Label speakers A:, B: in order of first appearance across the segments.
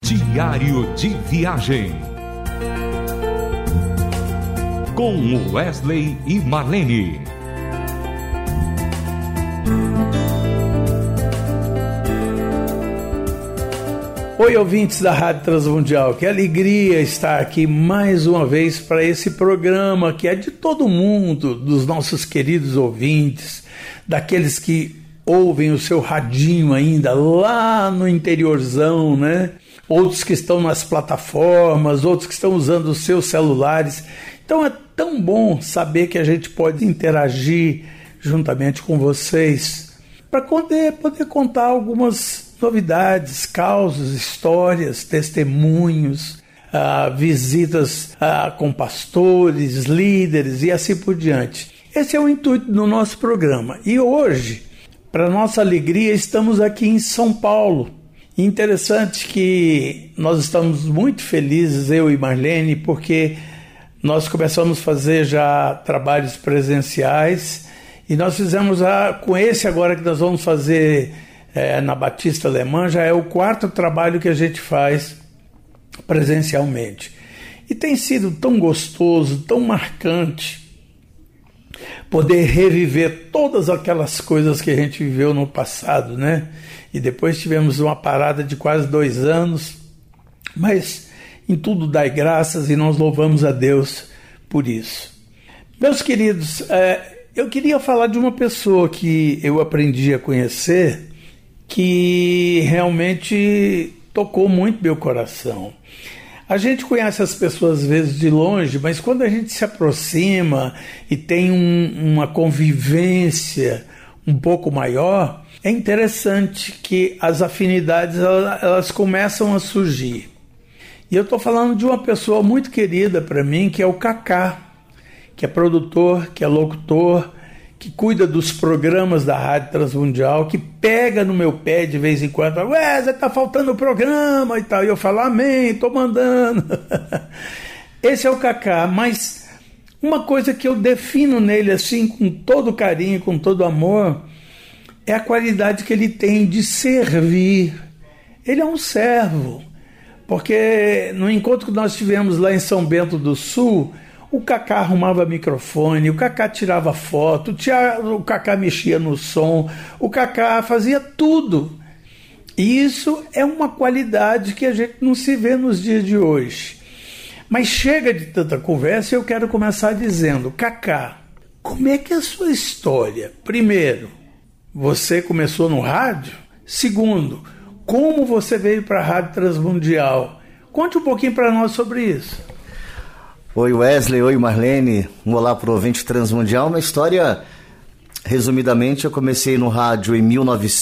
A: Diário de Viagem, com Wesley e Marlene.
B: Oi, ouvintes da Rádio Transmundial, que alegria estar aqui mais uma vez para esse programa que é de todo mundo, dos nossos queridos ouvintes, daqueles que ouvem o seu radinho ainda lá no interiorzão, né? Outros que estão nas plataformas, outros que estão usando os seus celulares. Então é tão bom saber que a gente pode interagir juntamente com vocês para poder contar algumas novidades, causos, histórias, testemunhos, visitas com pastores, líderes e assim por diante. Esse é o intuito do nosso programa. E hoje, para nossa alegria, estamos aqui em São Paulo. Interessante que nós estamos muito felizes, eu e Marlene, porque nós começamos a fazer já trabalhos presenciais e nós fizemos com esse agora que nós vamos fazer na Batista Alemã, já é o 4º trabalho que a gente faz presencialmente. E tem sido tão gostoso, tão marcante poder reviver todas aquelas coisas que a gente viveu no passado, né? E depois tivemos uma parada de quase 2 anos, mas em tudo dai graças e nós louvamos a Deus por isso. Meus queridos, eu queria falar de uma pessoa que eu aprendi a conhecer, que realmente tocou muito meu coração. A gente conhece as pessoas às vezes de longe, mas quando a gente se aproxima e tem uma convivência um pouco maior, é interessante que as afinidades elas começam a surgir. E eu estou falando de uma pessoa muito querida para mim, que é o Cacá, que é produtor, que é locutor, que cuida dos programas da Rádio Transmundial, que pega no meu pé de vez em quando, fala, Wesley, tá faltando o programa e tal. E eu falo, amém, tô mandando. Esse é o Cacá, mas uma coisa que eu defino nele assim, com todo carinho, com todo amor, é a qualidade que ele tem de servir. Ele é um servo, porque no encontro que nós tivemos lá em São Bento do Sul, o Cacá arrumava microfone, o Cacá tirava foto, o Cacá mexia no som, o Cacá fazia tudo. E isso é uma qualidade que a gente não se vê nos dias de hoje. Mas chega de tanta conversa e eu quero começar dizendo, Cacá, como é que é a sua história? Primeiro, você começou no rádio? Segundo, como você veio para a Rádio Transmundial? Conte um pouquinho para nós sobre isso.
C: Oi Wesley, oi Marlene, um olá para o ouvinte Transmundial. Uma história, resumidamente, eu comecei no rádio em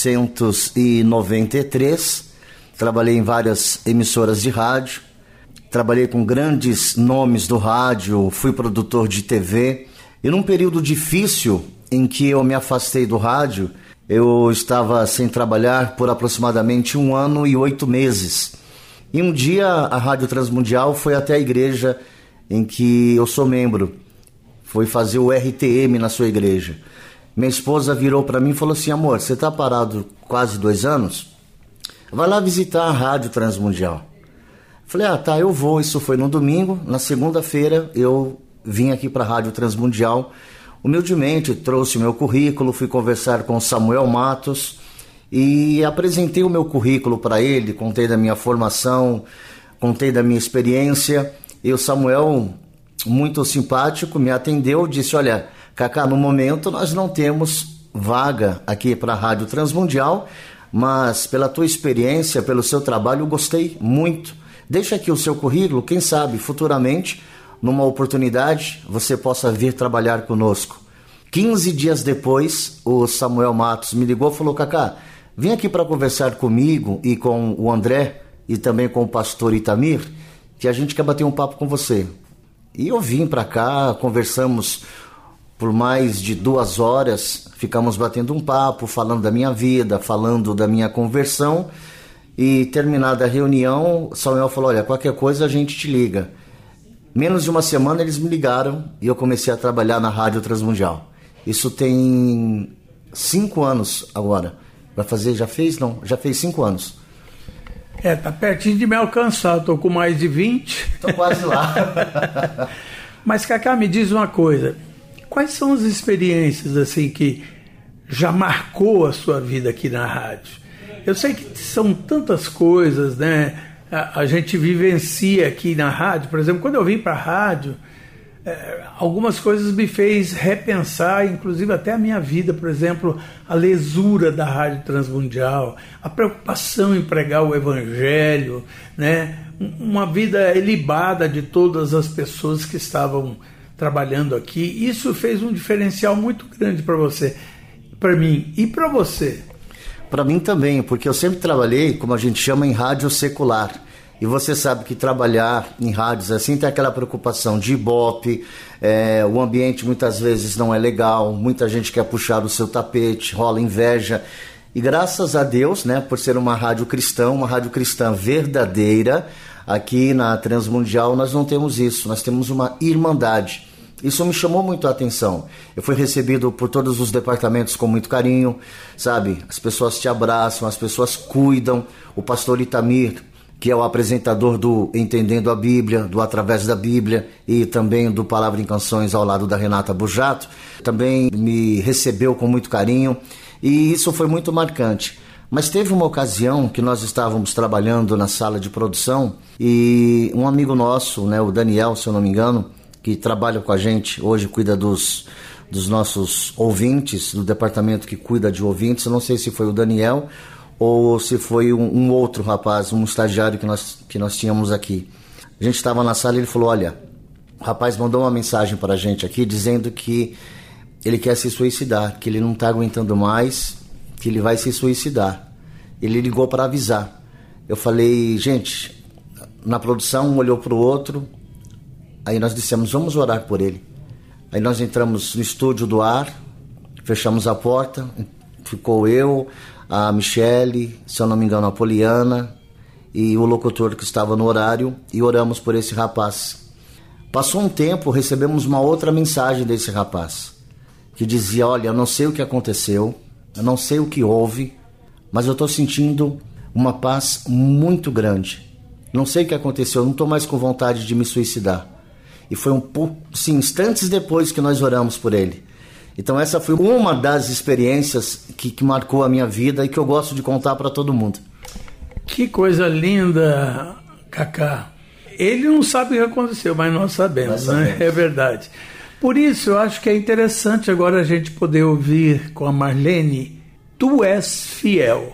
C: 1993, trabalhei em várias emissoras de rádio, trabalhei com grandes nomes do rádio, fui produtor de TV, e num período difícil em que eu me afastei do rádio, eu estava sem trabalhar por aproximadamente 1 ano e 8 meses. E um dia a Rádio Transmundial foi até a igreja em que eu sou membro, foi fazer o RTM na sua igreja. Minha esposa virou para mim e falou assim, amor, você está parado quase 2 anos? Vai lá visitar a Rádio Transmundial. Falei, tá, eu vou. Isso foi no domingo. Na segunda-feira eu vim aqui para a Rádio Transmundial, humildemente trouxe o meu currículo, fui conversar com o Samuel Matos e apresentei o meu currículo para ele, contei da minha formação, contei da minha experiência. E o Samuel, muito simpático, me atendeu, disse, olha, Cacá, no momento nós não temos vaga aqui para a Rádio Transmundial, mas pela tua experiência, pelo seu trabalho, eu gostei muito. Deixa aqui o seu currículo, quem sabe futuramente, numa oportunidade, você possa vir trabalhar conosco. 15 dias depois, o Samuel Matos me ligou e falou, Cacá, vem aqui para conversar comigo e com o André e também com o pastor Itamir, que a gente quer bater um papo com você. E eu vim para cá, conversamos por mais de 2 horas, ficamos batendo um papo, falando da minha vida, falando da minha conversão, e terminada a reunião, Samuel falou, olha, qualquer coisa a gente te liga. Menos de uma semana eles me ligaram e eu comecei a trabalhar na Rádio Transmundial. Isso tem 5 anos agora. Já fez 5 anos.
B: Tá pertinho de me alcançar, estou com mais de 20.
C: Estou quase lá.
B: Mas, Cacá, me diz uma coisa, quais são as experiências assim que já marcou a sua vida aqui na rádio? Eu sei que são tantas coisas, né? A gente vivencia aqui na rádio, por exemplo, quando eu vim para a rádio, algumas coisas me fez repensar, inclusive até a minha vida, por exemplo, a lesura da Rádio Transmundial, a preocupação em pregar o Evangelho, né? Uma vida ilibada de todas as pessoas que estavam trabalhando aqui. Isso fez um diferencial muito grande para você, para mim e para você.
C: Para mim também, porque eu sempre trabalhei, como a gente chama, em rádio secular. E você sabe que trabalhar em rádios assim tem aquela preocupação de ibope, o ambiente muitas vezes não é legal, muita gente quer puxar o seu tapete, rola inveja. E graças a Deus, né, por ser uma rádio cristã verdadeira, aqui na Transmundial nós não temos isso, nós temos uma irmandade. Isso me chamou muito a atenção. Eu fui recebido por todos os departamentos com muito carinho, sabe? As pessoas te abraçam, as pessoas cuidam. O pastor Itamir, que é o apresentador do Entendendo a Bíblia, do Através da Bíblia e também do Palavra em Canções ao lado da Renata Bujato, também me recebeu com muito carinho e isso foi muito marcante. Mas teve uma ocasião que nós estávamos trabalhando na sala de produção e um amigo nosso, né, o Daniel, se eu não me engano, que trabalha com a gente, hoje cuida dos nossos ouvintes, do departamento que cuida de ouvintes, eu não sei se foi o Daniel ou se foi um outro rapaz, um estagiário que nós tínhamos aqui. A gente estava na sala e ele falou, olha, o rapaz mandou uma mensagem para a gente aqui dizendo que ele quer se suicidar, que ele não está aguentando mais, que ele vai se suicidar. Ele ligou para avisar. Eu falei, gente, na produção um olhou para o outro, aí nós dissemos, vamos orar por ele. Aí nós entramos no estúdio do ar, fechamos a porta, ficou eu, a Michele, se eu não me engano a Poliana e o locutor que estava no horário e oramos por esse rapaz. Passou um tempo, recebemos uma outra mensagem desse rapaz que dizia, olha, eu não sei o que aconteceu, eu não sei o que houve, mas eu estou sentindo uma paz muito grande. Não sei o que aconteceu, eu não estou mais com vontade de me suicidar. E foi instantes depois que nós oramos por ele. Então essa foi uma das experiências que marcou a minha vida e que eu gosto de contar para todo mundo.
B: Que coisa linda, Cacá. Ele não sabe o que aconteceu, mas nós sabemos, né? É verdade. Por isso eu acho que é interessante agora a gente poder ouvir com a Marlene, Tu És Fiel.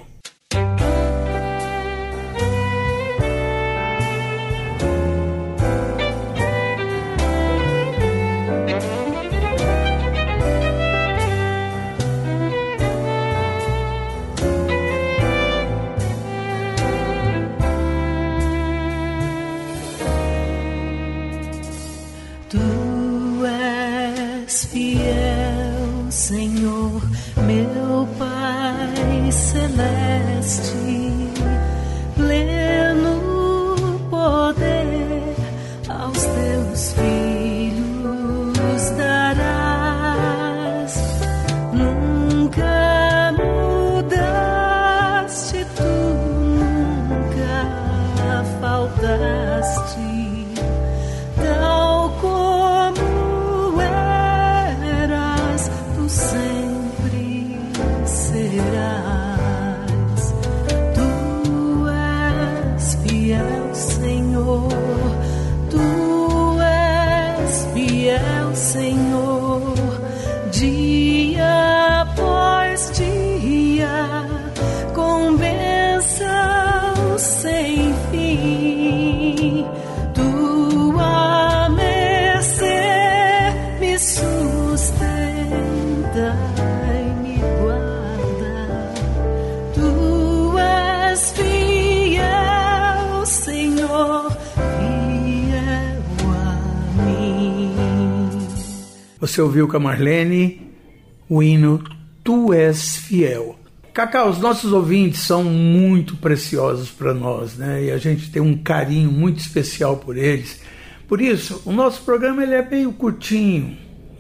B: Você ouviu com a Marlene o hino Tu És Fiel. Cacá, os nossos ouvintes são muito preciosos para nós, né? E a gente tem um carinho muito especial por eles. Por isso, o nosso programa ele é meio curtinho,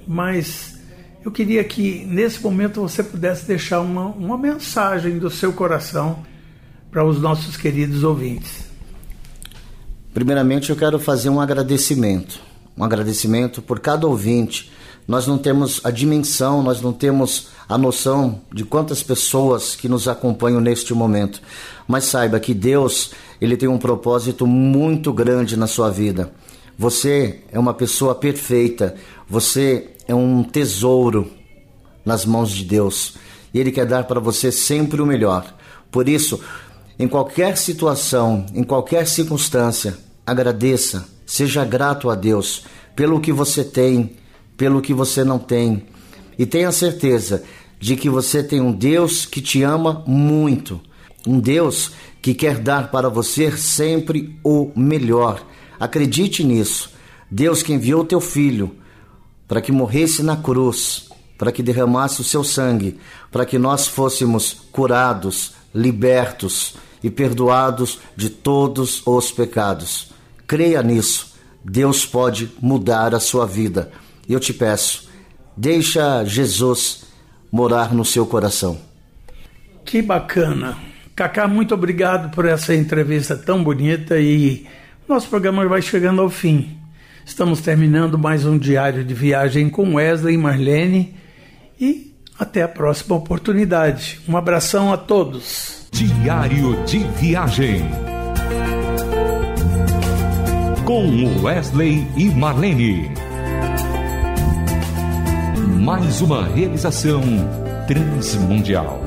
B: mas eu queria que nesse momento você pudesse deixar uma mensagem do seu coração para os nossos queridos ouvintes.
C: Primeiramente, eu quero fazer um agradecimento por cada ouvinte. Nós não temos a dimensão, nós não temos a noção de quantas pessoas que nos acompanham neste momento. Mas saiba que Deus, Ele tem um propósito muito grande na sua vida. Você é uma pessoa perfeita, você é um tesouro nas mãos de Deus. E Ele quer dar para você sempre o melhor. Por isso, em qualquer situação, em qualquer circunstância, agradeça, seja grato a Deus pelo que você tem, pelo que você não tem. E tenha certeza de que você tem um Deus que te ama muito, um Deus que quer dar para você sempre o melhor. Acredite nisso. Deus que enviou teu Filho para que morresse na cruz, para que derramasse o seu sangue, para que nós fôssemos curados, libertos e perdoados de todos os pecados. Creia nisso. Deus pode mudar a sua vida. Eu te peço, deixa Jesus morar no seu coração.
B: Que bacana. Cacá, muito obrigado por essa entrevista tão bonita e nosso programa vai chegando ao fim. Estamos terminando mais um Diário de Viagem com Wesley e Marlene e até a próxima oportunidade. Um abração a todos.
A: Diário de Viagem com Wesley e Marlene. Mais uma realização Transmundial.